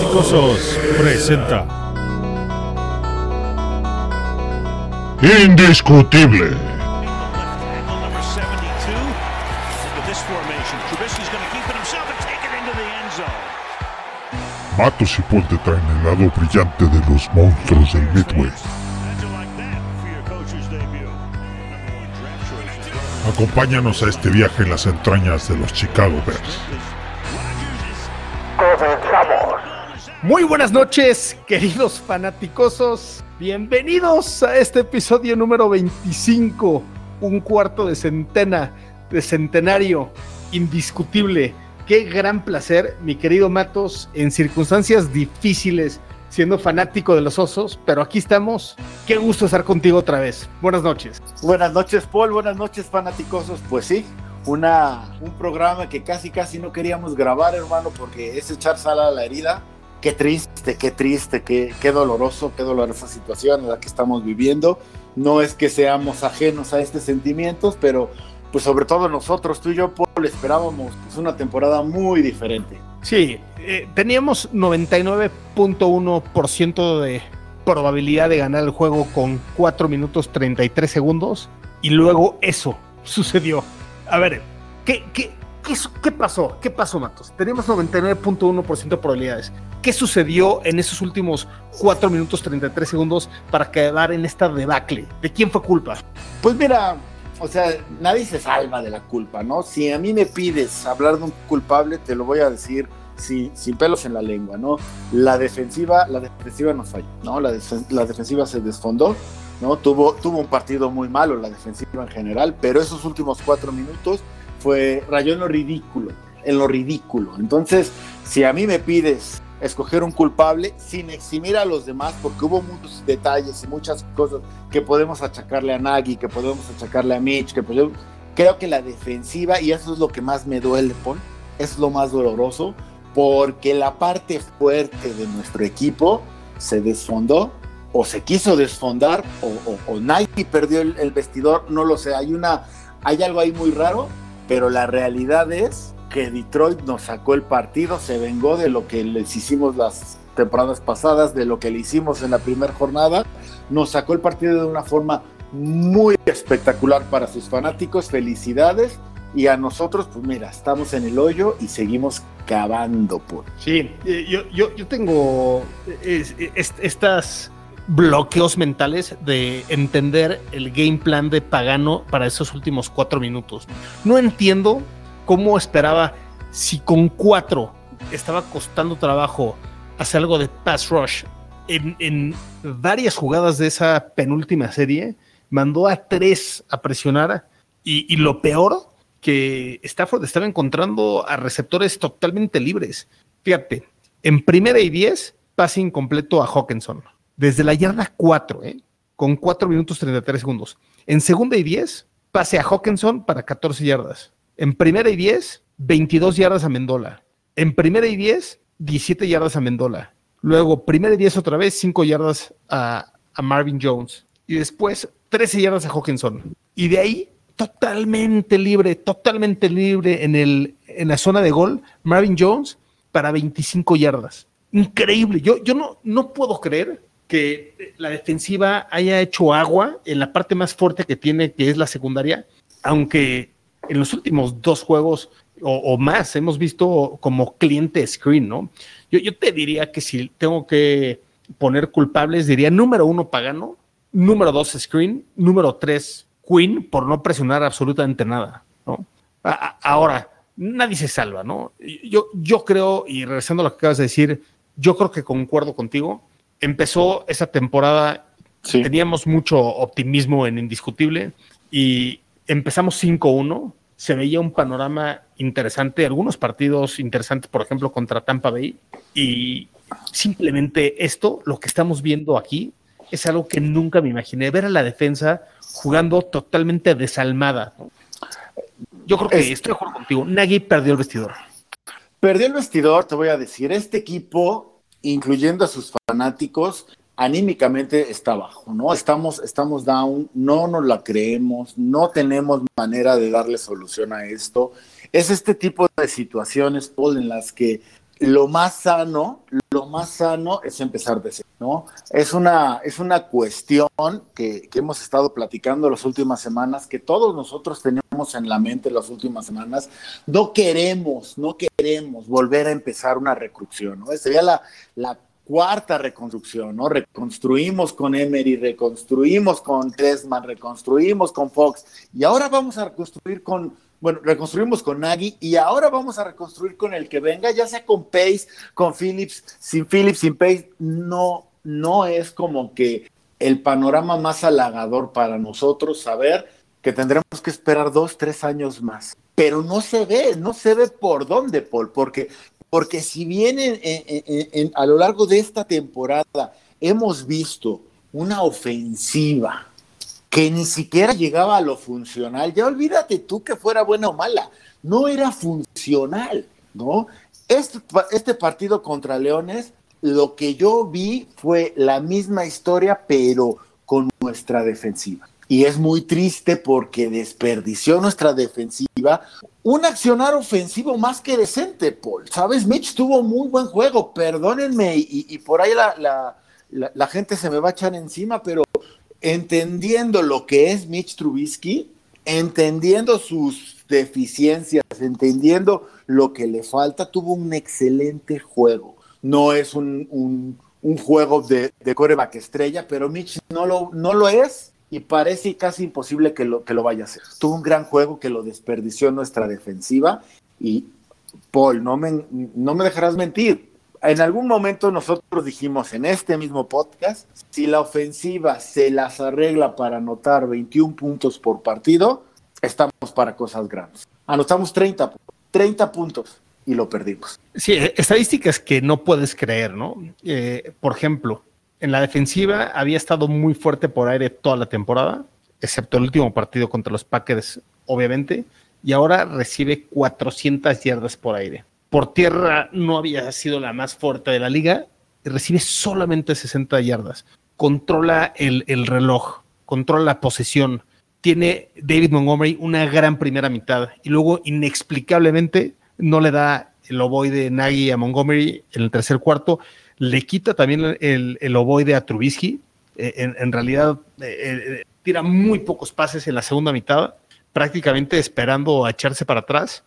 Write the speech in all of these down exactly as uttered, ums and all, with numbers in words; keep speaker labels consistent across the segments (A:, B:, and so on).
A: Fanaticosos presenta
B: Indiscutible. Matos y Paul te traen el lado brillante de los monstruos del Midway. Acompáñanos a este viaje en las entrañas de los Chicago Bears.
C: ¡Comenzamos!
D: Muy buenas noches, queridos fanaticosos. Bienvenidos a este episodio número veinticinco. Un cuarto de centena, de centenario, indiscutible. Qué gran placer, mi querido Matos, en circunstancias difíciles, siendo fanático de los Osos, pero aquí estamos. Qué gusto estar contigo otra vez. Buenas noches.
C: Buenas noches, Paul. Buenas noches, fanaticosos. Pues sí, una, un programa que casi casi no queríamos grabar, hermano, porque es echar sal a la herida. Qué triste, qué triste, qué, qué doloroso, qué dolorosa situación en la que estamos viviendo. No es que seamos ajenos a estos sentimientos, pero pues sobre todo nosotros, tú y yo, Paul, esperábamos pues, una temporada muy diferente.
D: Sí, eh, teníamos noventa y nueve punto uno por ciento de probabilidad de ganar el juego con cuatro minutos treinta y tres segundos, y luego eso sucedió. A ver, ¿qué, qué, qué, qué pasó? ¿Qué pasó, Matos? Teníamos noventa y nueve punto uno por ciento de probabilidades. ¿Qué sucedió en esos últimos cuatro minutos treinta y tres segundos para quedar en esta debacle? ¿De quién fue culpa?
C: Pues mira, o sea, nadie se salva de la culpa, ¿no? Si a mí me pides hablar de un culpable, te lo voy a decir sin, sin pelos en la lengua, ¿no? La defensiva, la defensiva nos falló, ¿no? La, def- la defensiva se desfondó, ¿no? Tuvo, tuvo un partido muy malo la defensiva en general, pero esos últimos cuatro minutos fue, rayó en lo ridículo, en lo ridículo. Entonces, si a mí me pides escoger un culpable sin eximir a los demás, porque hubo muchos detalles y muchas cosas que podemos achacarle a Nagy, que podemos achacarle a Mitch, que podemos... creo que la defensiva, y eso es lo que más me duele, Paul, es lo más doloroso, porque la parte fuerte de nuestro equipo se desfondó, o se quiso desfondar, o, o, o Nagy perdió el, el vestidor, no lo sé, hay una, hay algo ahí muy raro, pero la realidad es que Detroit nos sacó el partido, se vengó de lo que les hicimos las temporadas pasadas, de lo que le hicimos en la primera jornada, nos sacó el partido de una forma muy espectacular para sus fanáticos, felicidades, y a nosotros, pues mira, estamos en el hoyo y seguimos cavando, por.
D: Sí, yo, yo, yo tengo es, es, estas bloqueos mentales de entender el game plan de Pagano para esos últimos cuatro minutos. No entiendo cómo esperaba, si con cuatro estaba costando trabajo hacer algo de pass rush en, en varias jugadas de esa penúltima serie, mandó a tres a presionar, y, y lo peor, que Stafford estaba encontrando a receptores totalmente libres. Fíjate, en primera y diez, pase incompleto a Hawkinson, desde la yarda cuatro, ¿eh? Con cuatro minutos treinta y tres segundos. En segunda y diez, pase a Hawkinson para catorce yardas. En primera y diez, veintidós yardas a Mendola. En primera y diez, diecisiete yardas a Mendola. Luego, primera y diez otra vez, cinco yardas a, a Marvin Jones. Y después, trece yardas a Hawkinson. Y de ahí, totalmente libre, totalmente libre en, el, en la zona de gol, Marvin Jones para veinticinco yardas. Increíble. Yo, yo no, no puedo creer que la defensiva haya hecho agua en la parte más fuerte que tiene, que es la secundaria, aunque en los últimos dos juegos o, o más hemos visto como cliente screen, ¿no? Yo, yo te diría que si tengo que poner culpables, diría número uno Pagano, número dos screen, número tres Quinn por no presionar absolutamente nada, ¿no? A, a, ahora, nadie se salva, ¿no? Yo, yo creo, y regresando a lo que acabas de decir, yo creo que concuerdo contigo. Empezó esa temporada, sí. Teníamos mucho optimismo en Indiscutible y empezamos cinco uno. Se veía un panorama interesante, algunos partidos interesantes, por ejemplo, contra Tampa Bay. Y simplemente esto, lo que estamos viendo aquí, es algo que nunca me imaginé. Ver a la defensa jugando totalmente desalmada. Yo creo que es, estoy de acuerdo contigo. Nagy perdió el vestidor.
C: Perdió el vestidor, te voy a decir. Este equipo, incluyendo a sus fanáticos, anímicamente está bajo, ¿no? Estamos, estamos down, no nos la creemos, no tenemos manera de darle solución a esto. Es este tipo de situaciones, Paul, en las que lo más sano, lo más sano es empezar de cero, ¿no? Es una, es una cuestión que, que hemos estado platicando las últimas semanas, que todos nosotros tenemos en la mente las últimas semanas. No queremos, no queremos volver a empezar una reconstrucción, ¿no? Sería la, la cuarta reconstrucción, ¿no? Reconstruimos con Emery, reconstruimos con Tresman, reconstruimos con Fox, y ahora vamos a reconstruir con... Bueno, reconstruimos con Nagy y ahora vamos a reconstruir con el que venga, ya sea con Pace, con Phillips, sin Phillips, sin Pace. No, no es como que el panorama más halagador para nosotros saber que tendremos que esperar dos, tres años más. Pero no se ve, no se ve por dónde, Paul, porque, porque si bien en, en, en, en, a lo largo de esta temporada hemos visto una ofensiva que ni siquiera llegaba a lo funcional, ya olvídate tú que fuera buena o mala, no era funcional, ¿no? Este, este partido contra Leones, lo que yo vi fue la misma historia, pero con nuestra defensiva. Y es muy triste porque desperdició nuestra defensiva un accionar ofensivo más que decente, Paul. ¿Sabes? Mitch tuvo muy buen juego, perdónenme, y, y por ahí la, la, la, la gente se me va a echar encima, pero entendiendo lo que es Mitch Trubisky, entendiendo sus deficiencias, entendiendo lo que le falta, tuvo un excelente juego. No es un, un, un juego de, de quarterback estrella, pero Mitch no lo, no lo es y parece casi imposible que lo, que lo vaya a hacer. Tuvo un gran juego que lo desperdició nuestra defensiva y, Paul, no me, no me dejarás mentir. En algún momento nosotros dijimos en este mismo podcast, si la ofensiva se las arregla para anotar veintiún puntos por partido, estamos para cosas grandes. Anotamos treinta, treinta puntos y lo perdimos.
D: Sí, estadísticas que no puedes creer, ¿no? Eh, por ejemplo, en la defensiva había estado muy fuerte por aire toda la temporada, excepto el último partido contra los Packers, obviamente, y ahora recibe cuatrocientas yardas por aire. Por tierra no había sido la más fuerte de la liga, y recibe solamente sesenta yardas. Controla el, el reloj, controla la posesión. Tiene David Montgomery una gran primera mitad y luego inexplicablemente no le da el ovoide Nagy a Montgomery en el tercer cuarto. Le quita también el, el ovoide a Trubisky. Eh, en, en realidad eh, eh, tira muy pocos pases en la segunda mitad, prácticamente esperando a echarse para atrás.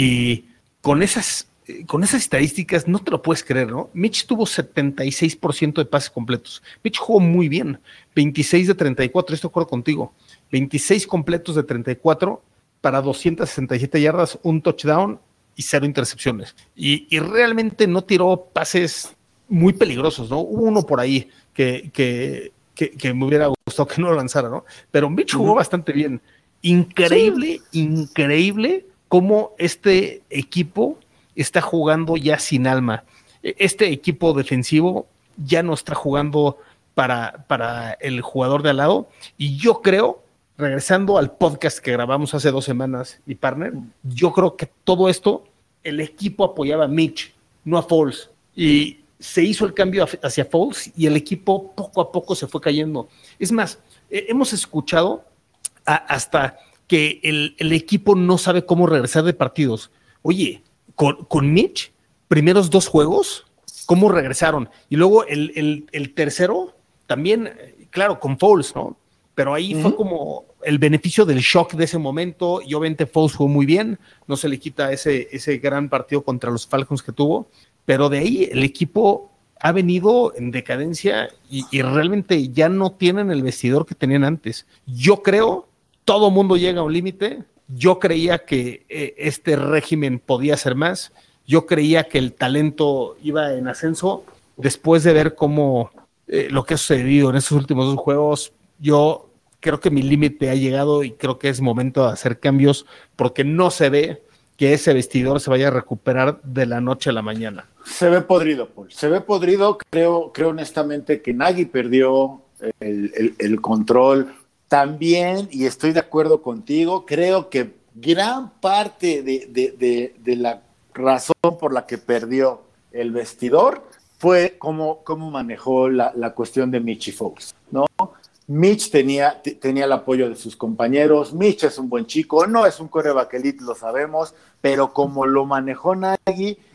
D: Y con esas... Con esas estadísticas no te lo puedes creer, ¿no? Mitch tuvo setenta y seis por ciento de pases completos. Mitch jugó muy bien, veintiséis de treinta y cuatro, estoy de acuerdo contigo. veintiséis completos de treinta y cuatro para doscientas sesenta y siete yardas, un touchdown y cero intercepciones. Y, y realmente no tiró pases muy peligrosos, ¿no? Hubo uno por ahí que, que, que, que me hubiera gustado que no lo lanzara, ¿no? Pero Mitch jugó uh-huh. bastante bien. Increíble, sí. increíble cómo este equipo está jugando ya sin alma. Este equipo defensivo ya no está jugando para, para el jugador de al lado. Y yo creo, regresando al podcast que grabamos hace dos semanas, mi partner, yo creo que todo esto, el equipo apoyaba a Mitch, no a Foles. Y se hizo el cambio hacia Foles y el equipo poco a poco se fue cayendo. Es más, eh, hemos escuchado a, hasta que el, el equipo no sabe cómo regresar de partidos. Oye, Con, con Mitch, primeros dos juegos, cómo regresaron. Y luego el, el, el tercero, también, claro, con Foles, ¿no? Pero ahí uh-huh. fue como el beneficio del shock de ese momento. Y obviamente Foles jugó muy bien. No se le quita ese, ese gran partido contra los Falcons que tuvo. Pero de ahí el equipo ha venido en decadencia y, y realmente ya no tienen el vestidor que tenían antes. Yo creo, todo mundo llega a un límite. Yo creía que eh, este régimen podía ser más. Yo creía que el talento iba en ascenso. Después de ver cómo eh, lo que ha sucedido en estos últimos dos juegos, yo creo que mi límite ha llegado y creo que es momento de hacer cambios porque no se ve que ese vestidor se vaya a recuperar de la noche a la mañana.
C: Se ve podrido, Paul. Se ve podrido. Creo, creo honestamente que Nagy perdió el, el, el control. También, y estoy de acuerdo contigo, creo que gran parte de, de, de, de la razón por la que perdió el vestidor fue cómo, cómo manejó la, la cuestión de Mitch y Foles, ¿no? Mitch tenía, t- tenía el apoyo de sus compañeros. Mitch es un buen chico, no es un quarterback elite, lo sabemos, pero como lo manejó Nagy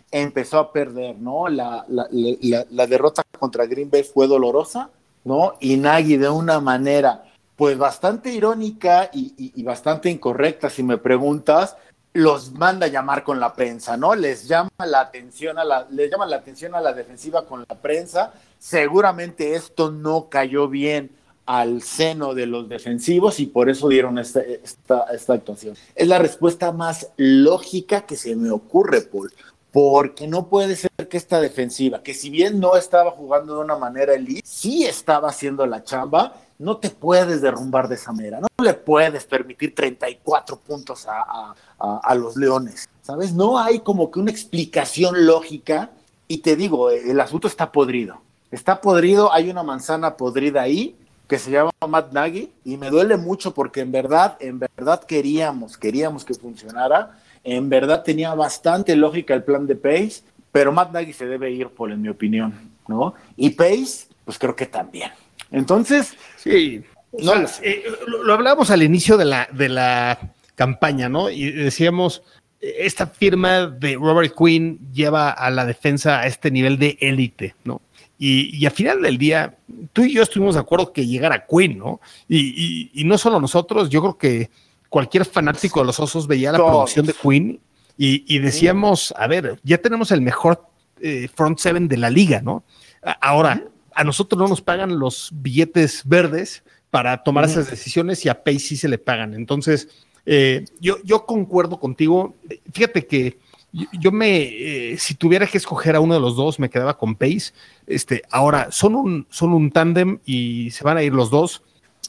C: empezó a perder, ¿no? La, la, la, la derrota contra Green Bay fue dolorosa, ¿no? Y Nagy de una manera, pues bastante irónica y, y, y bastante incorrecta, si me preguntas, los manda a llamar con la prensa, ¿no? Les llama la atención a la, les llama la atención a la defensiva con la prensa. Seguramente esto no cayó bien al seno de los defensivos y por eso dieron esta, esta, esta actuación. Es la respuesta más lógica que se me ocurre, Paul, porque no puede ser que esta defensiva, que si bien no estaba jugando de una manera elite, sí estaba haciendo la chamba. No te puedes derrumbar de esa manera, no le puedes permitir treinta y cuatro puntos a, a, a, a los Leones, ¿sabes? No hay como que una explicación lógica y te digo, el asunto está podrido, está podrido, hay una manzana podrida ahí que se llama Matt Nagy y me duele mucho porque en verdad, en verdad queríamos, queríamos que funcionara, en verdad tenía bastante lógica el plan de Pace, pero Matt Nagy se debe ir, Paul, en mi opinión, ¿no? Y Pace, pues creo que también. Entonces,
D: sí, no, o sea, eh, lo, lo hablábamos al inicio de la, de la campaña, ¿no? Y decíamos, esta firma de Robert Quinn lleva a la defensa a este nivel de élite, ¿no? Y, y al final del día, tú y yo estuvimos de acuerdo que llegara Quinn, ¿no? Y, y, y no solo nosotros, yo creo que cualquier fanático de los Osos veía la Todos. producción de Quinn y, y decíamos, a ver, ya tenemos el mejor eh, front seven de la liga, ¿no? Ahora, a nosotros no nos pagan los billetes verdes para tomar uh-huh. esas decisiones y a Pace sí se le pagan. Entonces, eh, yo, yo concuerdo contigo. Fíjate que yo, yo me, eh, si tuviera que escoger a uno de los dos, me quedaba con Pace. Este, ahora, son un, son un tándem y se van a ir los dos.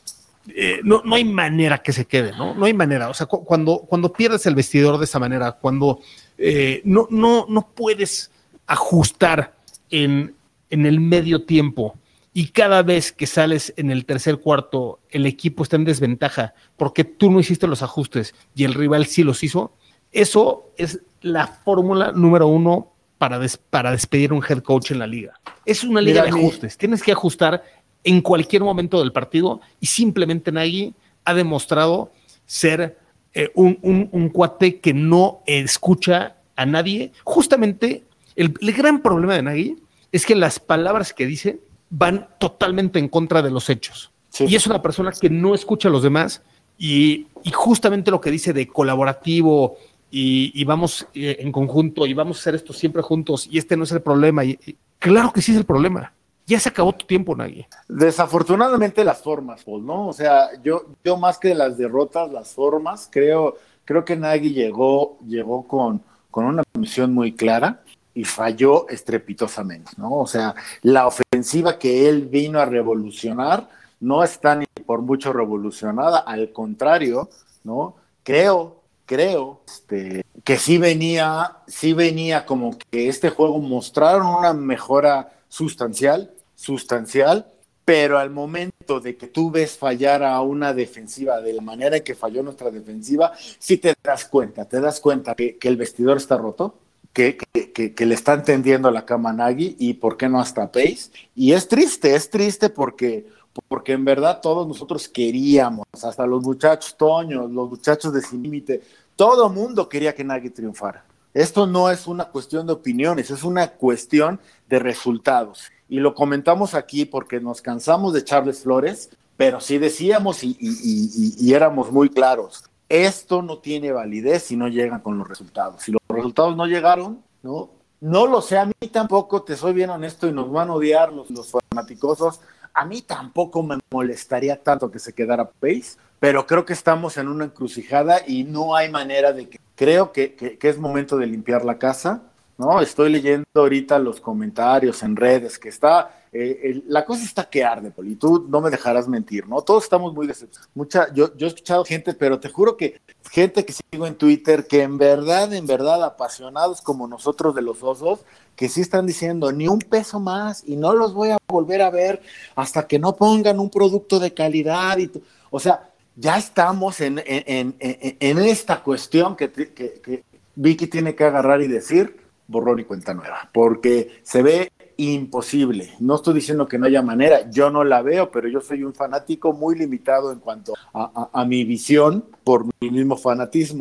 D: Eh, no, no hay manera que se quede, ¿no? No hay manera. O sea, cu- cuando, cuando pierdes el vestidor de esa manera, cuando eh, no, no, no puedes ajustar en en el medio tiempo y cada vez que sales en el tercer cuarto el equipo está en desventaja porque tú no hiciste los ajustes y el rival sí los hizo, eso es la fórmula número uno para, des- para despedir un head coach en la liga. Es una liga Mira, de ajustes, tienes que ajustar en cualquier momento del partido y simplemente Nagy ha demostrado ser eh, un, un, un cuate que no escucha a nadie. Justamente el, el gran problema de Nagy es que las palabras que dice van totalmente en contra de los hechos. Sí. Y es una persona que no escucha a los demás y, y justamente lo que dice de colaborativo y, y vamos eh, en conjunto y vamos a hacer esto siempre juntos y este no es el problema. Y, y, claro que sí es el problema. Ya se acabó tu tiempo, Nagy.
C: Desafortunadamente las formas, Paul, ¿no? O sea, yo, yo más que las derrotas, las formas, creo, creo que Nagy llegó, llegó con, con una misión muy clara y falló estrepitosamente, ¿no? O sea, la ofensiva que él vino a revolucionar no está ni por mucho revolucionada, al contrario, ¿no? Creo, creo este, que sí venía, sí venía como que este juego mostraron una mejora sustancial, sustancial, pero al momento de que tú ves fallar a una defensiva de la manera en que falló nuestra defensiva, sí te das cuenta, te das cuenta que, que el vestidor está roto, Que, que, que, que le están tendiendo la cama a Nagy y por qué no hasta Pace, y es triste, es triste porque, porque en verdad todos nosotros queríamos, hasta los muchachos Toño, los muchachos de Sin Límite, todo mundo quería que Nagy triunfara. Esto no es una cuestión de opiniones, es una cuestión de resultados, y lo comentamos aquí porque nos cansamos de echarles flores, pero sí decíamos y, y, y, y éramos muy claros. Esto no tiene validez si no llegan con los resultados. Si los resultados no llegaron, no, no lo sé, a mí tampoco, te soy bien honesto, y nos van a odiar los, los fanaticosos, a mí tampoco me molestaría tanto que se quedara Pace, pero creo que estamos en una encrucijada y no hay manera de que, creo que, que, que es momento de limpiar la casa, ¿no? Estoy leyendo ahorita los comentarios en redes, que está, eh, el, la cosa está que arde, Poli, tú no me dejarás mentir, ¿no? Todos estamos muy decepcionados. Mucha, yo, yo he escuchado gente, pero te juro que gente que sigo en Twitter, que en verdad, en verdad, apasionados como nosotros de los Osos, que sí están diciendo, ni un peso más, y no los voy a volver a ver hasta que no pongan un producto de calidad, y t- o sea, ya estamos en, en, en, en, en esta cuestión que, que, que Vicky tiene que agarrar y decir, borrón y cuenta nueva, porque se ve imposible. No estoy diciendo que no haya manera, yo no la veo, pero yo soy un fanático muy limitado en cuanto a, a, a mi visión por mi mismo fanatismo,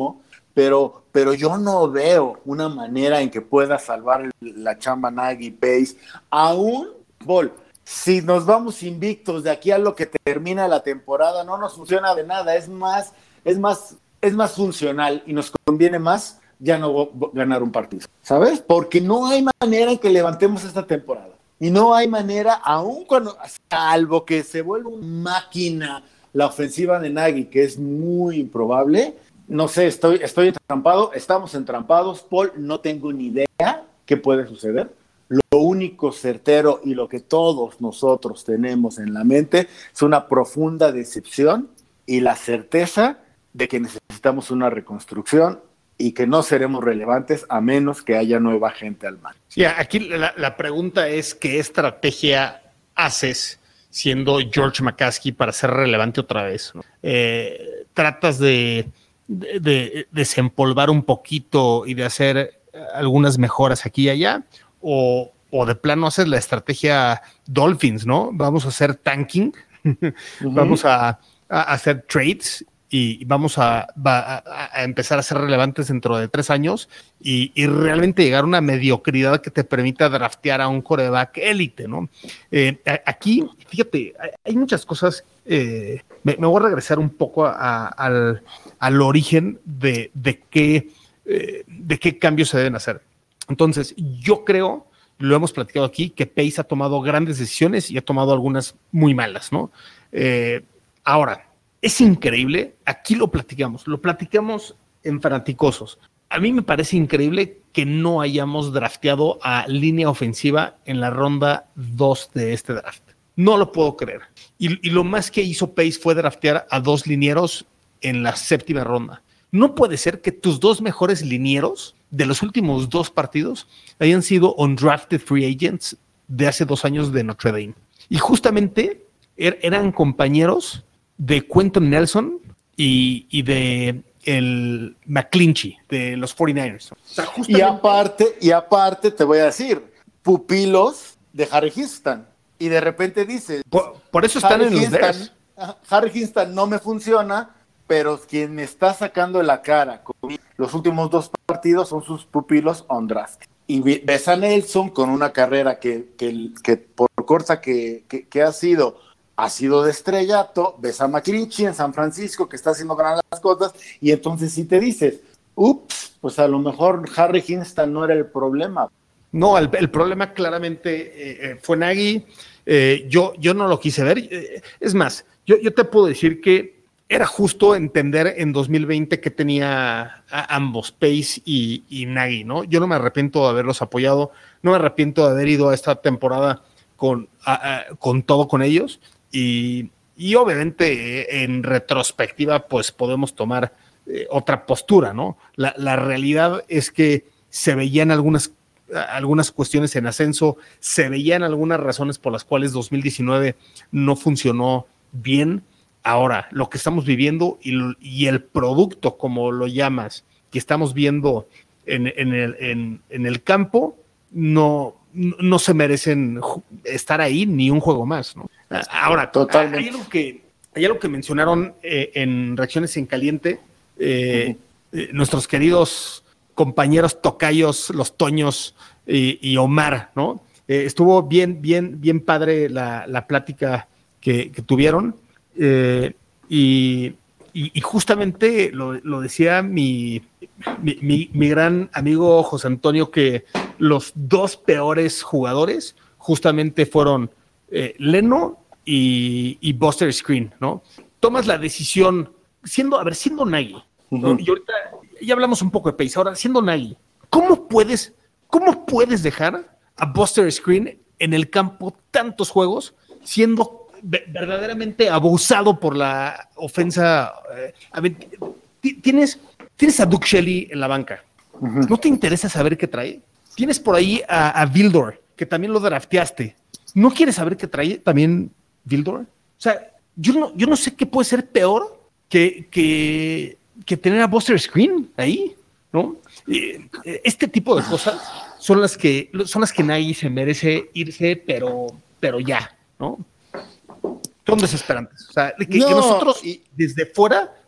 C: pero, pero yo no veo una manera en que pueda salvar la chamba Nagy Pace, aún, Bol, si nos vamos invictos de aquí a lo que termina la temporada, no nos funciona de nada, es más, es más, es más funcional y nos conviene más ya no ganar un partido, ¿sabes? Porque no hay manera en que levantemos esta temporada. Y no hay manera, aún cuando, salvo que se vuelva una máquina la ofensiva de Nagy, que es muy improbable, no sé, estoy, estoy entrampado, estamos entrampados, Paul, no tengo ni idea qué puede suceder. Lo único certero y lo que todos nosotros tenemos en la mente es una profunda decepción y la certeza de que necesitamos una reconstrucción y que no seremos relevantes a menos que haya nueva gente al mando.
D: Sí, aquí la, la pregunta es ¿qué estrategia haces siendo George McCaskey para ser relevante otra vez, ¿no? Eh, tratas de, de, de desempolvar un poquito y de hacer algunas mejoras aquí y allá, o, o de plano haces la estrategia Dolphins, ¿no? Vamos a hacer tanking, uh-huh. vamos a, a hacer trades y vamos a, va, a, a empezar a ser relevantes dentro de tres años y, y realmente llegar a una mediocridad que te permita draftear a un quarterback élite, ¿no? Eh, aquí, fíjate, hay, hay muchas cosas. Eh, me, me voy a regresar un poco a, a, al, al origen de, de, qué, eh, de qué cambios se deben hacer. Entonces, yo creo, lo hemos platicado aquí, que Pace ha tomado grandes decisiones y ha tomado algunas muy malas, ¿no? Eh, ahora, es increíble, aquí lo platicamos, lo platicamos en Fanaticosos. A mí me parece increíble que no hayamos drafteado a línea ofensiva en la ronda dos de este draft. No lo puedo creer. Y, y lo más que hizo Pace fue draftear a dos linieros en la séptima ronda. No puede ser que tus dos mejores linieros de los últimos dos partidos hayan sido undrafted free agents de hace dos años de Notre Dame. Y justamente er, eran compañeros de Quentin Nelson y, y de el McClinchy de los cuarenta y nueve ers. O sea, justamente...
C: y, aparte, y aparte te voy a decir, pupilos de Harry Hinston. Y de repente dices...
D: Por, por eso están Harry en Hinston, los Bears.
C: Harry Hinston no me funciona, pero quien me está sacando la cara con los últimos dos partidos son sus pupilos on draft. Y ves a Nelson con una carrera que, que, que por corta que, que, que ha sido... ha sido de estrellato, ves a McClinchy en San Francisco que está haciendo grandes cosas y entonces si te dices, ups, pues a lo mejor Harry Hinston no era el problema.
D: No, el, el problema claramente eh, fue Nagy, eh, yo, yo no lo quise ver, eh, es más, yo, yo te puedo decir que era justo entender en dos mil veinte que tenía a ambos, Pace y, y Nagy, ¿no? Yo no me arrepiento de haberlos apoyado, no me arrepiento de haber ido a esta temporada con, a, a, con todo con ellos. Y, y obviamente en retrospectiva pues podemos tomar eh, otra postura, ¿no? La, la realidad es que se veían algunas, algunas cuestiones en ascenso, se veían algunas razones por las cuales dos mil diecinueve no funcionó bien. Ahora, lo que estamos viviendo y, y el producto, como lo llamas, que estamos viendo en, en, el, en, en el campo, no, no se merecen estar ahí ni un juego más, ¿no? Ahora, totalmente. Hay algo que, hay algo que mencionaron eh, en Reacciones en Caliente, eh, uh-huh. eh, nuestros queridos compañeros tocayos, los Toños y, y Omar, ¿no? Eh, estuvo bien, bien, bien padre la, la plática que, que tuvieron eh, y, y, y justamente lo, lo decía mi, mi, mi, mi gran amigo José Antonio, que los dos peores jugadores justamente fueron eh, Leno y, y Buster Screen, ¿no? Tomas la decisión, siendo, a ver, siendo Nagy, ¿no? Uh-huh. Y ahorita ya hablamos un poco de Pace, ahora siendo Nagy, ¿cómo puedes, cómo puedes dejar a Buster Screen en el campo tantos juegos siendo verdaderamente abusado por la ofensa? Eh, a ver, tienes, tienes a Duke Shelley en la banca, uh-huh. ¿No te interesa saber qué trae? Tienes por ahí a, a Vildor, que también lo drafteaste. ¿No quieres saber qué trae también Vildor? O sea, yo no, yo no sé qué puede ser peor que, que, que tener a Buster Screen ahí, ¿no? Este tipo de cosas son las que son las que Nagy se merece irse, pero, pero ya, ¿no? Son desesperantes. O sea, que, no, que nosotros y... desde fuera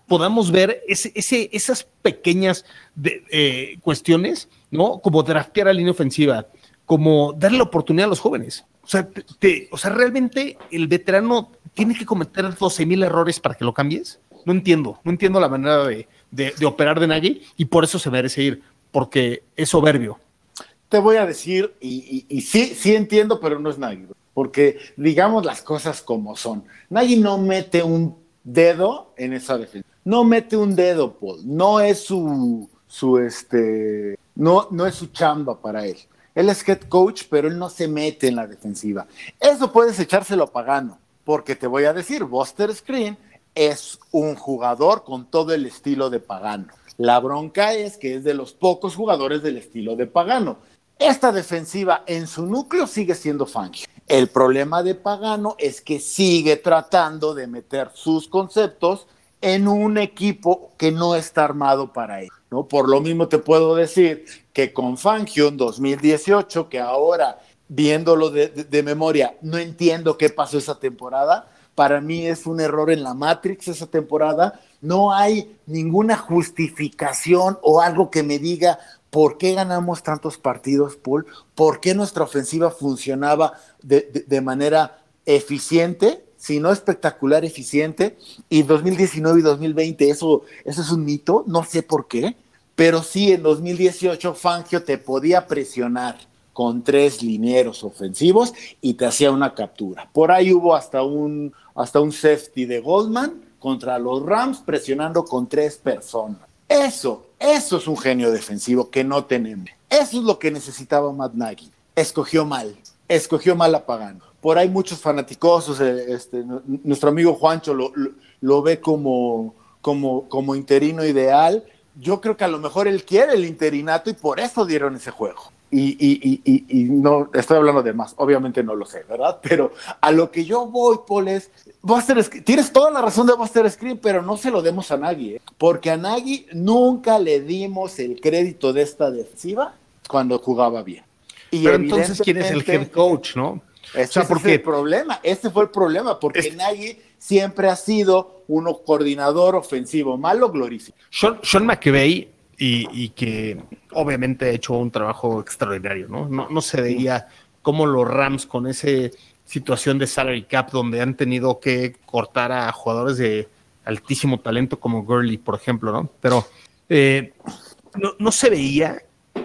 D: podamos ver ese, ese, esas pequeñas de, eh, cuestiones, ¿no? Como draftear a línea ofensiva, como darle la oportunidad a los jóvenes. O sea, te, te, o sea, realmente el veterano tiene que cometer doce mil errores para que lo cambies. No entiendo, no entiendo la manera de, de, de operar de Nagy y por eso se merece ir, porque es soberbio.
C: Te voy a decir, y, y, y sí, sí entiendo, pero no es Nagy, porque digamos las cosas como son. Nagy no mete un dedo en esa defensa. No mete un dedo, Paul. No es su, su este, no, no es su chamba para él. Él es head coach, pero él no se mete en la defensiva. Eso puedes echárselo a Pagano, porque te voy a decir, Buster Skrine es un jugador con todo el estilo de Pagano. La bronca es que es de los pocos jugadores del estilo de Pagano. Esta defensiva en su núcleo sigue siendo Fangio. El problema de Pagano es que sigue tratando de meter sus conceptos en un equipo que no está armado para él, ¿no? Por lo mismo te puedo decir que con Fangio en dos mil dieciocho, que ahora viéndolo de, de, de memoria, no entiendo qué pasó esa temporada. Para mí es un error en la Matrix esa temporada. No hay ninguna justificación o algo que me diga por qué ganamos tantos partidos, Paul, por qué nuestra ofensiva funcionaba de, de, de manera eficiente, si no espectacular, eficiente, y dos mil diecinueve y dos mil veinte, eso, eso es un mito, no sé por qué, pero sí en dos mil dieciocho Fangio te podía presionar con tres linieros ofensivos y te hacía una captura. Por ahí hubo hasta un, hasta un safety de Goldman contra los Rams presionando con tres personas. Eso, eso es un genio defensivo que no tenemos. Eso es lo que necesitaba Matt Nagy. Escogió mal, escogió mal a Pagano. Por ahí muchos fanaticosos, este, nuestro amigo Juancho lo, lo, lo ve como, como, como interino ideal. Yo creo que a lo mejor él quiere el interinato y por eso dieron ese juego. Y, y, y, y no estoy hablando de más, obviamente no lo sé, ¿verdad? Pero a lo que yo voy, Paul, es Buster Skrine, tienes toda la razón de Buster Skrine, pero no se lo demos a Nagy, ¿eh? Porque a Nagy nunca le dimos el crédito de esta defensiva cuando jugaba bien. Y
D: pero entonces, ¿quién es el head coach, no?
C: Ese, o sea, porque es el problema, ese fue el problema, porque es... Nagy siempre ha sido un coordinador ofensivo, malo glorificado.
D: Sean, Sean McVay, y, y que obviamente ha hecho un trabajo extraordinario, ¿no? No, no se veía cómo los Rams con esa situación de salary cap donde han tenido que cortar a jugadores de altísimo talento como Gurley, por ejemplo, ¿no? Pero eh, no, no se veía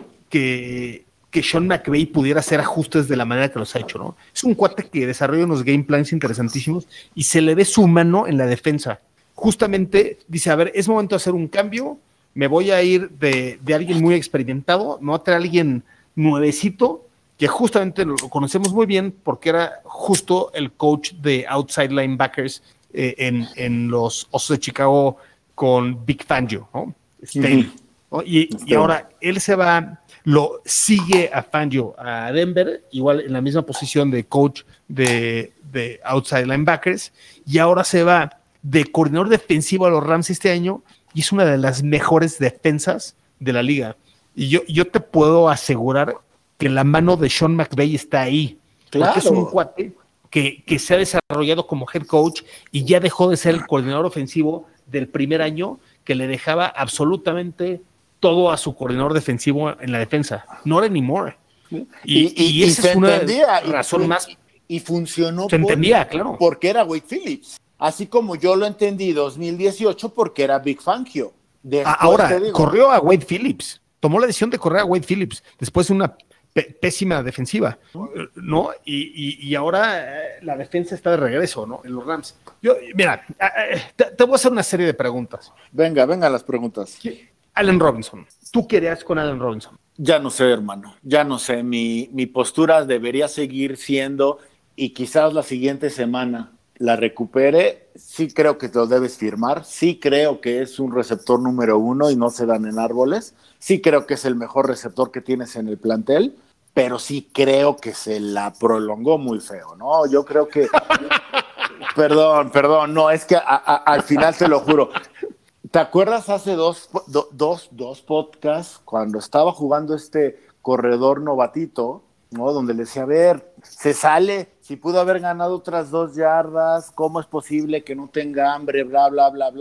D: que, que Sean McVay pudiera hacer ajustes de la manera que los ha hecho, ¿no? Es un cuate que desarrolla unos game plans interesantísimos y se le ve su mano en la defensa. Justamente dice, a ver, es momento de hacer un cambio, me voy a ir de, de alguien muy experimentado, me voy a traer a alguien nuevecito, que justamente lo conocemos muy bien porque era justo el coach de outside linebackers eh, en, en los Osos de Chicago con Vic Fangio, ¿no? Staley, ¿no? Y, y ahora él se va, lo sigue a Fangio a Denver, igual en la misma posición de coach de, de outside linebackers, y ahora se va de coordinador defensivo a los Rams este año, y es una de las mejores defensas de la liga. Y yo, yo te puedo asegurar que la mano de Sean McVay está ahí. Claro. Porque es un cuate que, que se ha desarrollado como head coach y ya dejó de ser el coordinador ofensivo del primer año, que le dejaba absolutamente todo a su coordinador defensivo en la defensa. Not anymore. Y, y, y, y esa y es una entendía, razón
C: y,
D: más.
C: Y funcionó.
D: Se por, entendía, claro.
C: Porque era Wade Phillips. Así como yo lo entendí dos mil dieciocho porque era Vic Fangio.
D: Después, ahora, corrió a Wade Phillips. Tomó la decisión de correr a Wade Phillips después de una p- pésima defensiva, ¿no? Y, y, y ahora eh, la defensa está de regreso, ¿no? En los Rams. Yo, mira, eh, te, te voy a hacer una serie de preguntas.
C: Venga, venga las preguntas.
D: Allen Robinson. ¿Tú qué harías con Allen Robinson?
C: Ya no sé, hermano. Ya no sé. Mi, mi postura debería seguir siendo, y quizás la siguiente semana la recupere. Sí creo que lo debes firmar, sí creo que es un receptor número uno y no se dan en árboles, sí creo que es el mejor receptor que tienes en el plantel, pero sí creo que se la prolongó muy feo, ¿no? Yo creo que... perdón, perdón, no, es que a, a, al final te lo juro. ¿Te acuerdas hace dos, do, dos, dos podcasts cuando estaba jugando este corredor novatito, ¿no? Donde le decía, a ver, se sale, si pudo haber ganado otras dos yardas, ¿cómo es posible que no tenga hambre, bla, bla, bla, bla?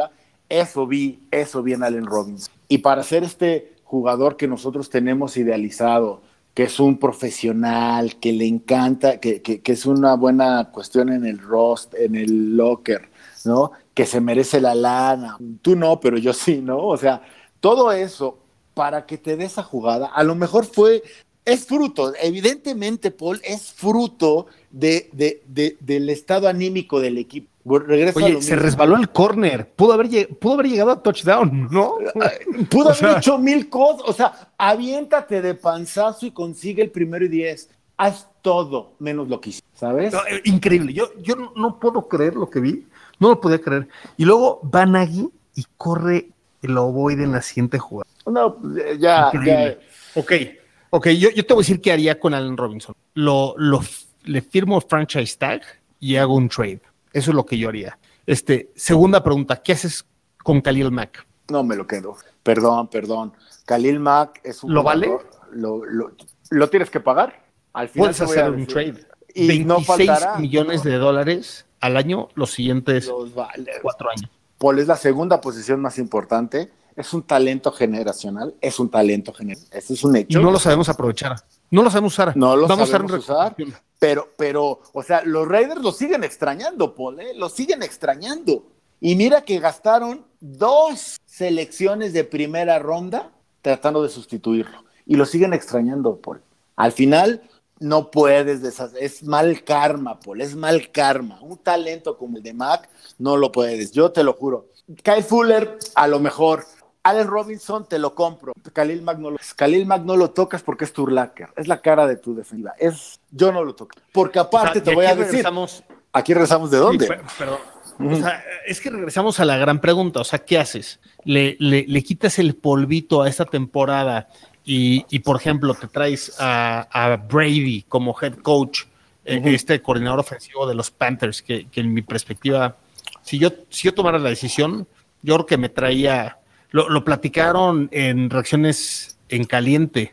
C: Eso vi, eso vi en Allen Robinson. Y para ser este jugador que nosotros tenemos idealizado, que es un profesional, que le encanta, que, que, que es una buena cuestión en el roster, en el locker, ¿no? Que se merece la lana. Tú no, pero yo sí, ¿no? O sea, todo eso para que te dé esa jugada, a lo mejor fue, es fruto, evidentemente, Paul, es fruto de, de, de, del estado anímico del equipo. Regreso
D: Oye, se resbaló el córner, pudo haber, lleg- pudo haber llegado a touchdown, ¿no?
C: Pudo
D: O
C: haber
D: sea,
C: hecho mil cosas, o sea, aviéntate de panzazo y consigue el primero y diez. Haz todo menos lo que hiciste, ¿sabes?
D: no, eh, increíble, yo, yo no, no puedo creer lo que vi, no lo podía creer. Y luego va Nagy y corre el ovoide en la siguiente jugada.
C: No, pues, ya,
D: Increíble.
C: ya.
D: Ok, ok, yo, yo te voy a decir qué haría con Allen Robinson. Lo, lo, le firmo franchise tag y hago un trade. Eso es lo que yo haría. Este, segunda pregunta, ¿qué haces con Khalil Mack?
C: No me lo quedo. Perdón, perdón. Khalil Mack es un
D: ¿Lo vale?
C: jugador, Lo, lo, lo tienes que pagar. Al final
D: Puedes
C: te voy a
D: hacer un
C: decir.
D: trade.
C: Y
D: veintiséis
C: no faltará,
D: millones de dólares al año los siguientes
C: los vale.
D: cuatro años.
C: Paul es la segunda posición más importante. Es un talento generacional. Es un talento generacional. Eso es un
D: Y
C: hecho.
D: no lo sabemos aprovechar. No lo sabemos usar.
C: No lo
D: Vamos
C: sabemos
D: a
C: usar. Pero, pero, o sea, los Raiders lo siguen extrañando, Paul, ¿eh? Lo siguen extrañando. Y mira que gastaron dos selecciones de primera ronda tratando de sustituirlo. Y lo siguen extrañando, Paul. Al final, no puedes deshacer. Es mal karma, Paul. Es mal karma. Un talento como el de Mac, no lo puedes. Yo te lo juro. Kyle Fuller, a lo mejor. Allen Robinson, te lo compro. Khalil Mack no lo, Khalil Mack no lo tocas porque es tu Urlacher. Es la cara de tu defensiva. Es, yo no lo toco. Porque aparte
D: O sea,
C: te voy a decir.
D: regresamos...
C: Aquí regresamos de dónde.
D: Sí, per- perdón. O sea, es que regresamos a la gran pregunta. O sea, ¿qué haces? ¿Le, le, le quitas el polvito a esta temporada y, y por ejemplo, te traes a, a Brady como head coach, eh,
C: Uh-huh.
D: este coordinador ofensivo de los Panthers, que, que en mi perspectiva, si yo, si yo tomara la decisión, yo creo que me traía... Lo, lo platicaron en reacciones en caliente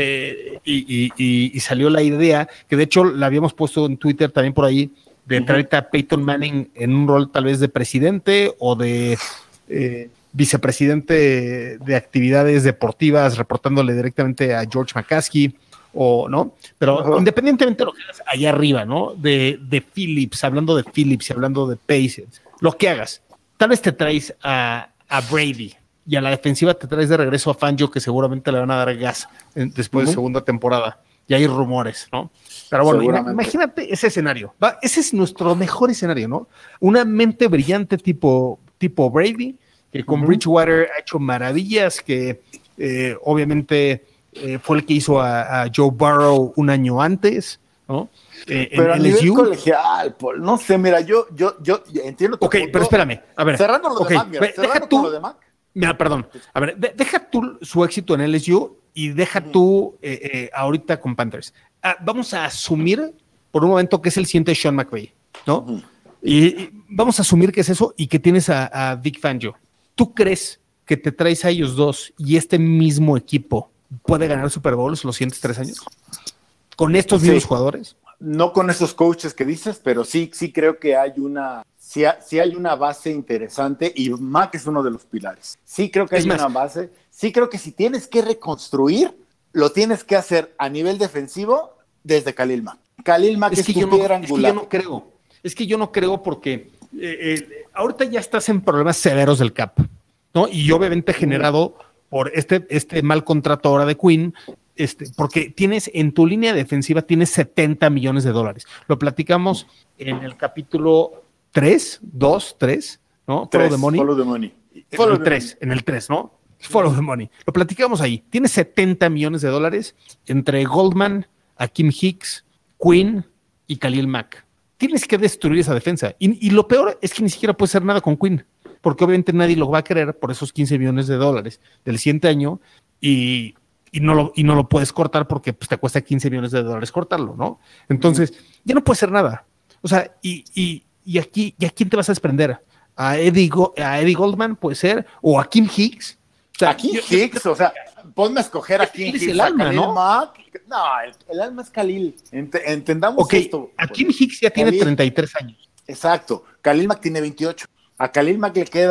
D: eh, y, y, y, y salió la idea, que de hecho la habíamos puesto en Twitter también por ahí, de traerte a Peyton Manning en un rol tal vez de presidente o de eh, vicepresidente de actividades deportivas, reportándole directamente a George McCaskey, o no, pero uh-huh. independientemente de lo que hagas allá arriba, ¿no? De, de Phillips, hablando de Phillips y hablando de Pacers, lo que hagas, tal vez te traes a, a Brady y a la defensiva te traes de regreso a Fangio, que seguramente le van a dar gas en, después uh-huh. de segunda temporada. Y hay rumores, ¿no? Pero bueno, imagínate ese escenario. ¿Va? Ese es nuestro mejor escenario, ¿no? Una mente brillante tipo, tipo Brady, que con uh-huh. Bridgewater ha hecho maravillas, que eh, obviamente eh, fue el que hizo a, a Joe Burrow un año antes, ¿no?
C: Eh, pero a nivel colegial, Paul, no sé, mira, yo, yo, yo entiendo tu
D: Ok,
C: punto.
D: pero espérame, a ver.
C: Cerrando lo
D: okay,
C: de Mac, mira, cerrando
D: deja tú,
C: lo de Mac.
D: Mira, perdón. A ver, de, deja tú su éxito en L S U y deja uh-huh. tú eh, eh, ahorita con Panthers. Ah, vamos a asumir por un momento que es el siguiente Sean McVay, ¿no? Uh-huh. Y, y vamos a asumir que es eso y que tienes a, a Vic Fangio. ¿Tú crees que te traes a ellos dos y este mismo equipo puede ganar Super Bowls los siguientes tres años? ¿Con estos sí. mismos jugadores?
C: No con esos coaches que dices, pero sí, sí creo que hay una... Sí, sí hay una base interesante y Mac es uno de los pilares. Sí creo que hay una base. Sí creo que si tienes que reconstruir, lo tienes que hacer a nivel defensivo desde Khalil Mack. Khalil Mack es, es, que, yo no,
D: es que yo no creo. Es que yo no creo porque eh, eh, ahorita ya estás en problemas severos del cap, ¿no? Y obviamente generado por este, este mal contrato ahora de Quinn, este, porque tienes en tu línea defensiva tienes setenta millones de dólares. Lo platicamos en el capítulo tres, dos, tres, ¿no?
C: tres,
D: Follow the money.
C: Follow the money.
D: En el tres, en el tres, ¿no? Follow the money. Lo platicamos ahí. Tiene setenta millones de dólares entre Goldman, Akeem Hicks, Quinn y Khalil Mack. Tienes que destruir esa defensa. Y, y lo peor es que ni siquiera puedes hacer nada con Quinn, porque obviamente nadie lo va a querer por esos quince millones de dólares del siguiente año y, y, no, lo, y no lo puedes cortar porque pues, te cuesta quince millones de dólares cortarlo, ¿no? Entonces, ya no puedes hacer nada. O sea, y... y ¿Y aquí, ¿y a quién te vas a desprender? ¿A Eddie, Go- a Eddie Goldman puede ser? ¿O a Kim Hicks?
C: O sea, a Kim yo, Hicks, yo, o sea, ponme a escoger a Kim Hicks.
D: El alma, ¿no?
C: Mack. No, el, el alma es Khalil. Ent- entendamos
D: okay,
C: esto.
D: A Kim Hicks ya Khalil, tiene treinta y tres años.
C: Exacto. Khalil Mack tiene veintiocho. A Khalil Mack le quedan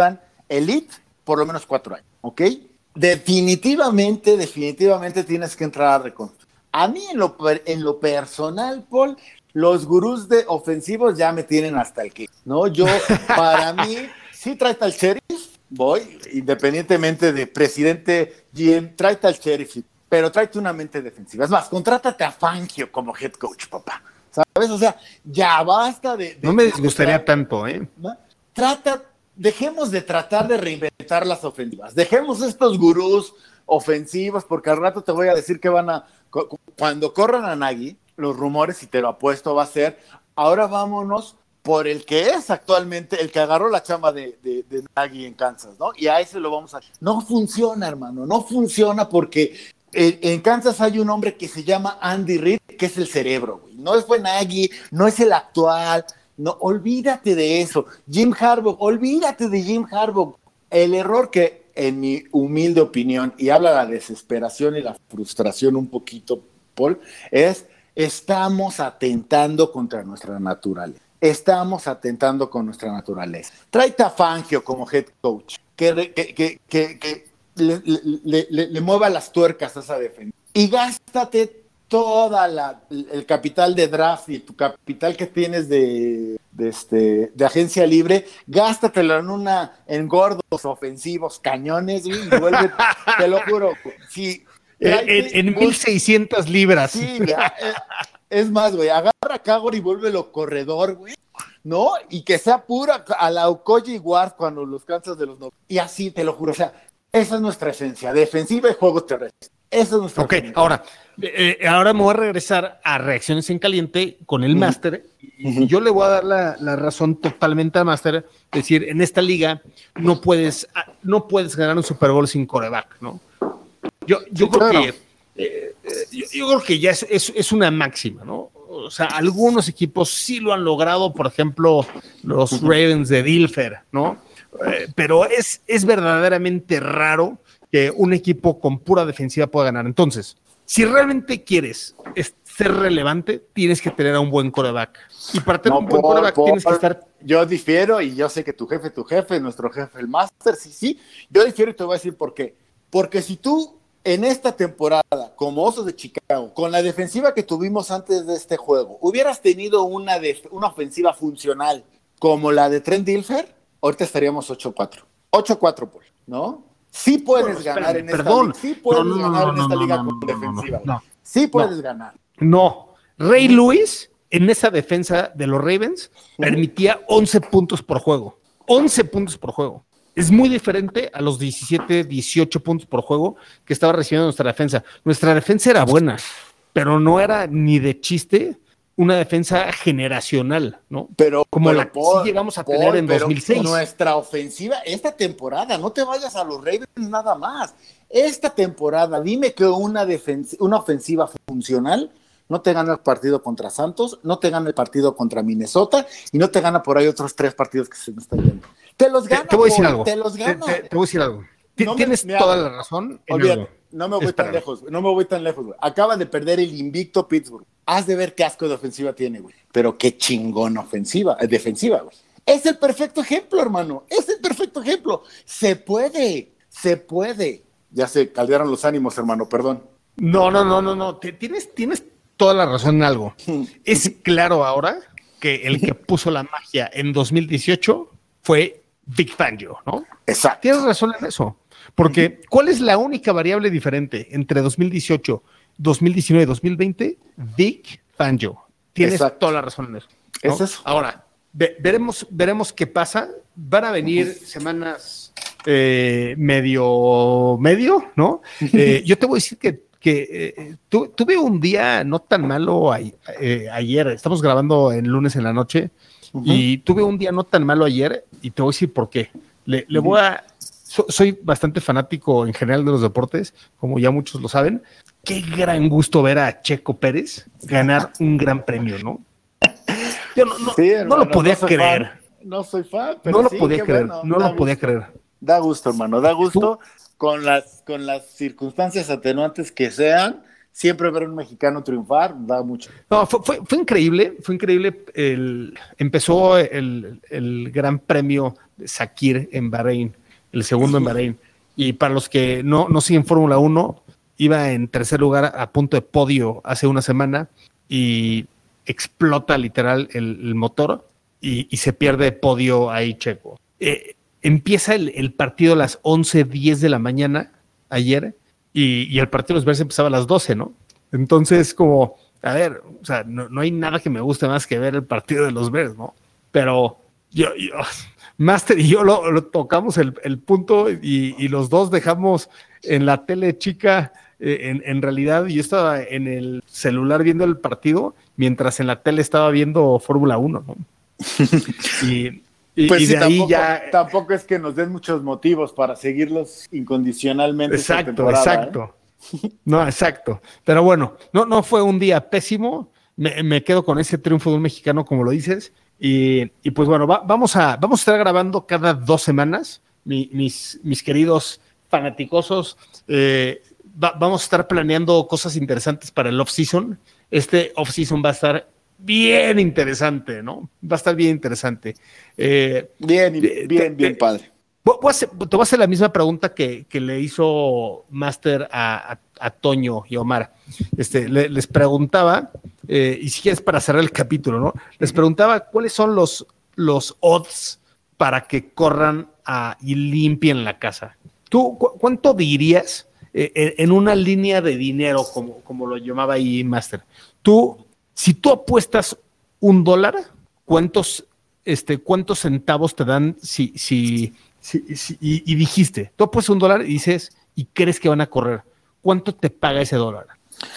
C: elite por lo menos cuatro años, ¿ok? Definitivamente, definitivamente tienes que entrar a reconstruir. A mí en lo, en lo personal, Paul, los gurús de ofensivos ya me tienen hasta el que, ¿no? Yo, para mí, sí tráete al sheriff, voy, independientemente de presidente G M, tráete al sheriff, pero tráete una mente defensiva. Es más, contrátate a Fangio como head coach, papá. ¿Sabes? O sea, ya basta de... de
D: no me disgustaría tanto, ¿eh?
C: ¿no? Trata, dejemos de tratar de reinventar las ofensivas. Dejemos estos gurús ofensivos, porque al rato te voy a decir que van a... Cuando corran a Nagy, los rumores, y te lo apuesto, va a ser, ahora vámonos por el que es actualmente, el que agarró la chamba de, de, de Nagy en Kansas, ¿no? Y a ese lo vamos a... No funciona, hermano, no funciona porque en, en Kansas hay un hombre que se llama Andy Reid, que es el cerebro, güey. No fue Nagy, no es el actual, no, olvídate de eso. Jim Harbaugh, olvídate de Jim Harbaugh. El error que, en mi humilde opinión, y habla la desesperación y la frustración un poquito, Paul, es estamos atentando contra nuestra naturaleza. Estamos atentando con nuestra naturaleza. Tráete a Fangio como head coach, que, que, que, que, que le, le, le, le mueva las tuercas a esa defensa. Y gástate toda la, el capital de draft y tu capital que tienes de, de, este, de agencia libre, gástatelo en una, en gordos ofensivos, cañones, y vuelve, te lo juro, sí.
D: Tráete, en, en mil seiscientas libras.
C: Sí, ya, es, es más, güey, agarra a Cagor y vuélvelo corredor, güey, ¿no? Y que sea pura a la Okoye Ward cuando los cansas de los no. Y así, te lo juro, o sea, esa es nuestra esencia, defensiva y juego terrestre. Esa es nuestra
D: Ok, esencia. ahora, eh, ahora me voy a regresar a reacciones en caliente con el uh-huh. máster, y uh-huh. yo le voy a dar la, la razón totalmente al máster, es decir, en esta liga no puedes, no puedes ganar un Super Bowl sin quarterback, ¿no? Yo, yo, sí, creo claro. que, eh, yo, yo creo que ya es, es, es una máxima, ¿no? O sea, algunos equipos sí lo han logrado, por ejemplo, los Ravens de Dilfer, ¿no? Eh, pero es, es verdaderamente raro que un equipo con pura defensiva pueda ganar. Entonces, si realmente quieres ser relevante, tienes que tener a un buen quarterback. Y para tener no, un buen por, quarterback por, tienes que estar...
C: Yo difiero, y yo sé que tu jefe, tu jefe, nuestro jefe, el máster, sí, sí. Yo difiero y te voy a decir por qué. Porque si tú en esta temporada, como Osos de Chicago, con la defensiva que tuvimos antes de este juego, hubieras tenido una, def- una ofensiva funcional como la de Trent Dilfer, ahorita estaríamos ocho cuatro. ocho cuatro, pues, ¿no? Sí puedes bueno, ganar en
D: perdón.
C: esta liga. Sí puedes
D: no, no,
C: ganar
D: no,
C: en esta
D: no,
C: liga
D: no,
C: con
D: no,
C: defensiva.
D: No, no,
C: sí puedes
D: no.
C: ganar.
D: No. Ray Lewis, en esa defensa de los Ravens, permitía once puntos por juego. once puntos por juego. Es muy diferente a los diecisiete, dieciocho puntos por juego que estaba recibiendo nuestra defensa. Nuestra defensa era buena, pero no era ni de chiste una defensa generacional, ¿no?
C: Pero
D: como
C: pero
D: la que
C: por,
D: sí llegamos a
C: por,
D: tener en dos mil seis.
C: Nuestra ofensiva, esta temporada, no te vayas a los Ravens nada más. Esta temporada, dime que una, defens- una ofensiva funcional no te gana el partido contra Santos, no te gana el partido contra Minnesota y no te gana por ahí otros tres partidos que se me están yendo. Te los gana,
D: te, te voy a decir
C: Paul,
D: algo.
C: Te los gana.
D: Te, te, te voy a decir algo. No Tienes me, toda la razón.
C: Olvídate, no me voy Espérame. tan lejos, no me voy tan lejos, güey. Acaba de perder el invicto Pittsburgh. Has de ver qué asco de ofensiva tiene, güey. Pero qué chingón ofensiva, eh, defensiva, güey. Es el perfecto ejemplo, hermano. Es el perfecto ejemplo. Se puede, se puede. Ya se caldearon los ánimos, hermano, perdón.
D: No, no, no, no, no. Te, tienes, tienes toda la razón en algo. Es claro ahora que el que puso la magia en dos mil dieciocho fue Vic Fangio, ¿no?
C: Exacto.
D: Tienes razón en eso. Porque, ¿cuál es la única variable diferente entre dos mil dieciocho, dos mil diecinueve y dos mil veinte? Vic Fangio. Tienes Exacto. toda la razón en eso, ¿no?
C: Es eso.
D: Ahora, ve, veremos, veremos qué pasa. Van a venir semanas eh, medio, medio, ¿no? Eh, yo te voy a decir que, que eh, tu, tuve un día no tan malo a, eh, ayer. Estamos grabando el lunes en la noche. Uh-huh. Y tuve un día no tan malo ayer y te voy a decir por qué. Le, le voy a... So, soy bastante fanático en general de los deportes, como ya muchos lo saben. Qué gran gusto ver a Checo Pérez ganar un gran premio, ¿no? Yo no, no, sí, hermano, no lo podía no creer.
C: Fan. No soy fan, pero
D: no lo
C: sí,
D: podía creer,
C: bueno,
D: no lo
C: gusto.
D: podía creer.
C: Da gusto, hermano, da gusto. Con las, con las circunstancias atenuantes que sean, siempre ver a un mexicano triunfar da mucho.
D: No, fue, fue, fue increíble, fue increíble. El, empezó el, el Gran Premio de Sakir en Bahrein el segundo en Bahrein. Y para los que no, no siguen Fórmula uno, iba en tercer lugar a punto de podio hace una semana y explota literal el, el motor y, y se pierde podio ahí Checo. Eh, empieza el, el partido a las once diez de la mañana ayer y, y el partido de los Bears empezaba a las doce, ¿no? Entonces, como, a ver, o sea, no, no hay nada que me guste más que ver el partido de los Bears, ¿no? Pero yo, yo Master y yo lo, lo tocamos el, el punto y, y los dos dejamos en la tele chica. Eh, en, en realidad yo estaba en el celular viendo el partido mientras en la tele estaba viendo Fórmula uno, ¿no? y, y,
C: pues
D: y
C: sí,
D: de ahí
C: tampoco,
D: ya
C: tampoco es que nos den muchos motivos para seguirlos incondicionalmente.
D: Exacto, exacto. ¿eh? No, exacto. Pero bueno, no, no fue un día pésimo. Me, me quedo con ese triunfo de un mexicano, como lo dices. Y, y pues bueno, va, vamos, a, vamos a estar grabando cada dos semanas, mi, mis, mis queridos fanaticosos. Eh, va, vamos a estar planeando cosas interesantes para el off-season. Este off-season va a estar bien interesante, ¿no? Va a estar bien interesante. Eh,
C: bien,
D: bien,
C: bien, bien padre.
D: Voy a hacer, te voy a hacer la misma pregunta que, que le hizo Master a, a, a Toño y Omar. Este, le, les preguntaba, eh, y si es para cerrar el capítulo, ¿no? Les preguntaba cuáles son los, los odds para que corran a, y limpien la casa. ¿Tú cu- cuánto dirías eh, en, en una línea de dinero, como, como lo llamaba ahí Master? Tú, si tú apuestas un dólar, ¿cuántos, este, cuántos centavos te dan si... si Sí, sí, y, y dijiste, tú apuestas un dólar y dices, y crees que van a correr. ¿Cuánto te paga ese dólar?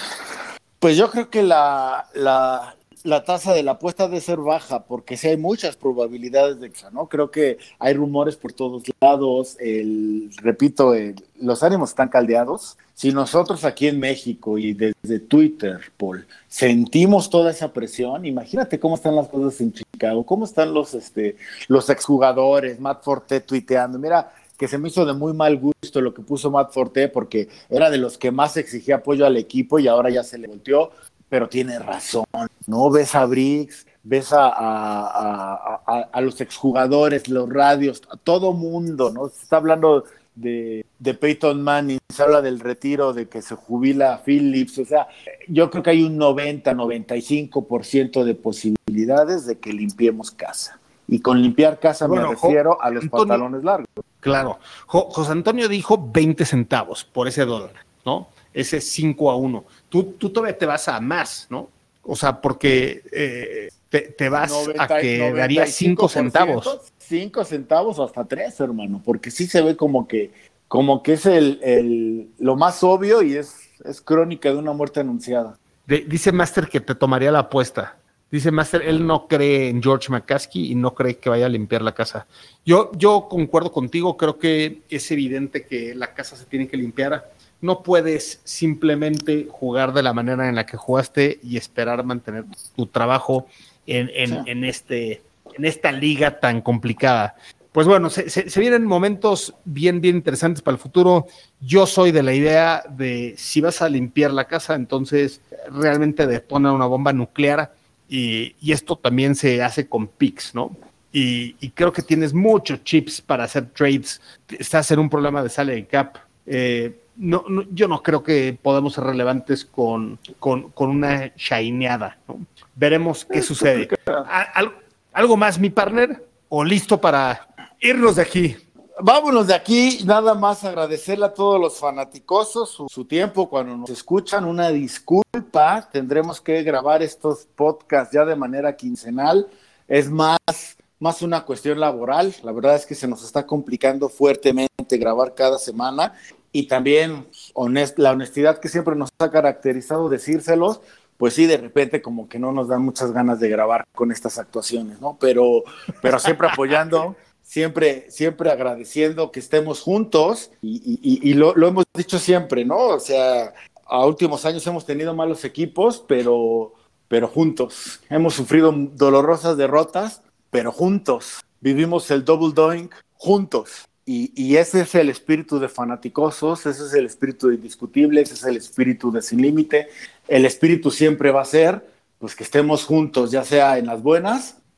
C: Pues yo creo que la, la, la tasa de la apuesta debe ser baja, porque sí hay muchas probabilidades de que, ¿no? Creo que hay rumores por todos lados, el, repito, el, los ánimos están caldeados. Si nosotros aquí en México y desde Twitter, Paul, sentimos toda esa presión, imagínate cómo están las cosas en Chicago, cómo están los, este, los exjugadores, Matt Forte tuiteando. Mira, que se me hizo de muy mal gusto lo que puso Matt Forte, porque era de los que más exigía apoyo al equipo y ahora ya se le volteó, pero tiene razón, ¿no? Ves a Briggs, ves a, a, a, a, a los exjugadores, los radios, a todo mundo, ¿no? Se está hablando de, de Peyton Manning, se habla del retiro, de que se jubila Phillips, o sea, yo creo que hay un noventa, noventa y cinco por ciento de posibilidades de que limpiemos casa. Y con limpiar casa bueno, me refiero jo, a los Antonio, pantalones largos.
D: Claro. Jo, José Antonio dijo veinte centavos por ese dólar, ¿no? Ese cinco a uno. Tú, tú todavía te vas a más, ¿no? O sea, porque eh, te, te vas noventa, a que daría cinco centavos.
C: cinco centavos o hasta tres, hermano, porque sí se ve como que, como que es el, el, lo más obvio y es, es crónica de una muerte anunciada.
D: De, dice Master que te tomaría la apuesta. Dice Master, él no cree en George McCaskey y no cree que vaya a limpiar la casa. Yo, yo concuerdo contigo, creo que es evidente que la casa se tiene que limpiar. No puedes simplemente jugar de la manera en la que jugaste y esperar mantener tu trabajo en, en, sí. en, este, en esta liga tan complicada. Pues bueno, se, se, se vienen momentos bien, bien interesantes para el futuro. Yo soy de la idea de si vas a limpiar la casa, entonces realmente detona una bomba nuclear. Y, y esto también se hace con picks, ¿no? Y, y creo que tienes muchos chips para hacer trades. Estás en un problema de salary cap. Eh, no, no, yo no creo que podamos ser relevantes con, con, con una shineada, ¿no? Veremos qué sucede. ¿Al, ¿Algo más, mi partner? ¿O listo para irnos de aquí?
C: Vámonos de aquí, nada más agradecerle a todos los fanaticosos su, su tiempo cuando nos escuchan, una disculpa, tendremos que grabar estos podcasts ya de manera quincenal, es más, más una cuestión laboral, la verdad es que se nos está complicando fuertemente grabar cada semana y también honest, la honestidad que siempre nos ha caracterizado decírselos, pues sí, de repente como que no nos dan muchas ganas de grabar con estas actuaciones, ¿no? Pero, pero siempre apoyando... Siempre, siempre agradeciendo que estemos juntos y, y, y lo, lo hemos dicho siempre, ¿no? O sea, a últimos años hemos tenido malos equipos, pero, pero juntos. Hemos sufrido dolorosas derrotas, pero juntos. Vivimos el double doink juntos. Y, y ese es el espíritu de fanaticosos, ese es el espíritu de indiscutibles, ese es el espíritu de sin límite. El espíritu siempre va a ser, pues, que estemos juntos, ya sea en las buenas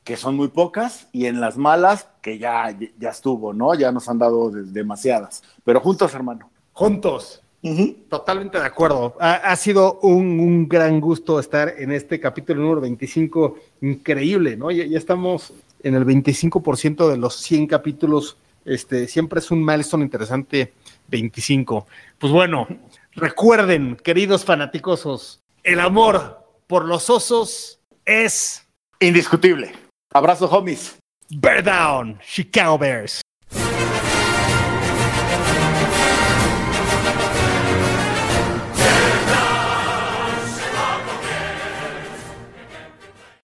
C: que son muy pocas, y en las malas, que ya, ya estuvo, ¿no? Ya nos han dado de, demasiadas. Pero juntos, hermano.
D: Juntos.
C: Uh-huh.
D: Totalmente de acuerdo. Ha, ha sido un, un gran gusto estar en este capítulo número veinticinco. Increíble, ¿no? Ya, ya estamos en el veinticinco por ciento de los cien capítulos. Este, siempre es un milestone interesante, veinticinco. Pues bueno, recuerden, queridos fanaticosos, el amor por los osos es
C: indiscutible. Abrazo, homies.
D: Bear down, Chicago Bears.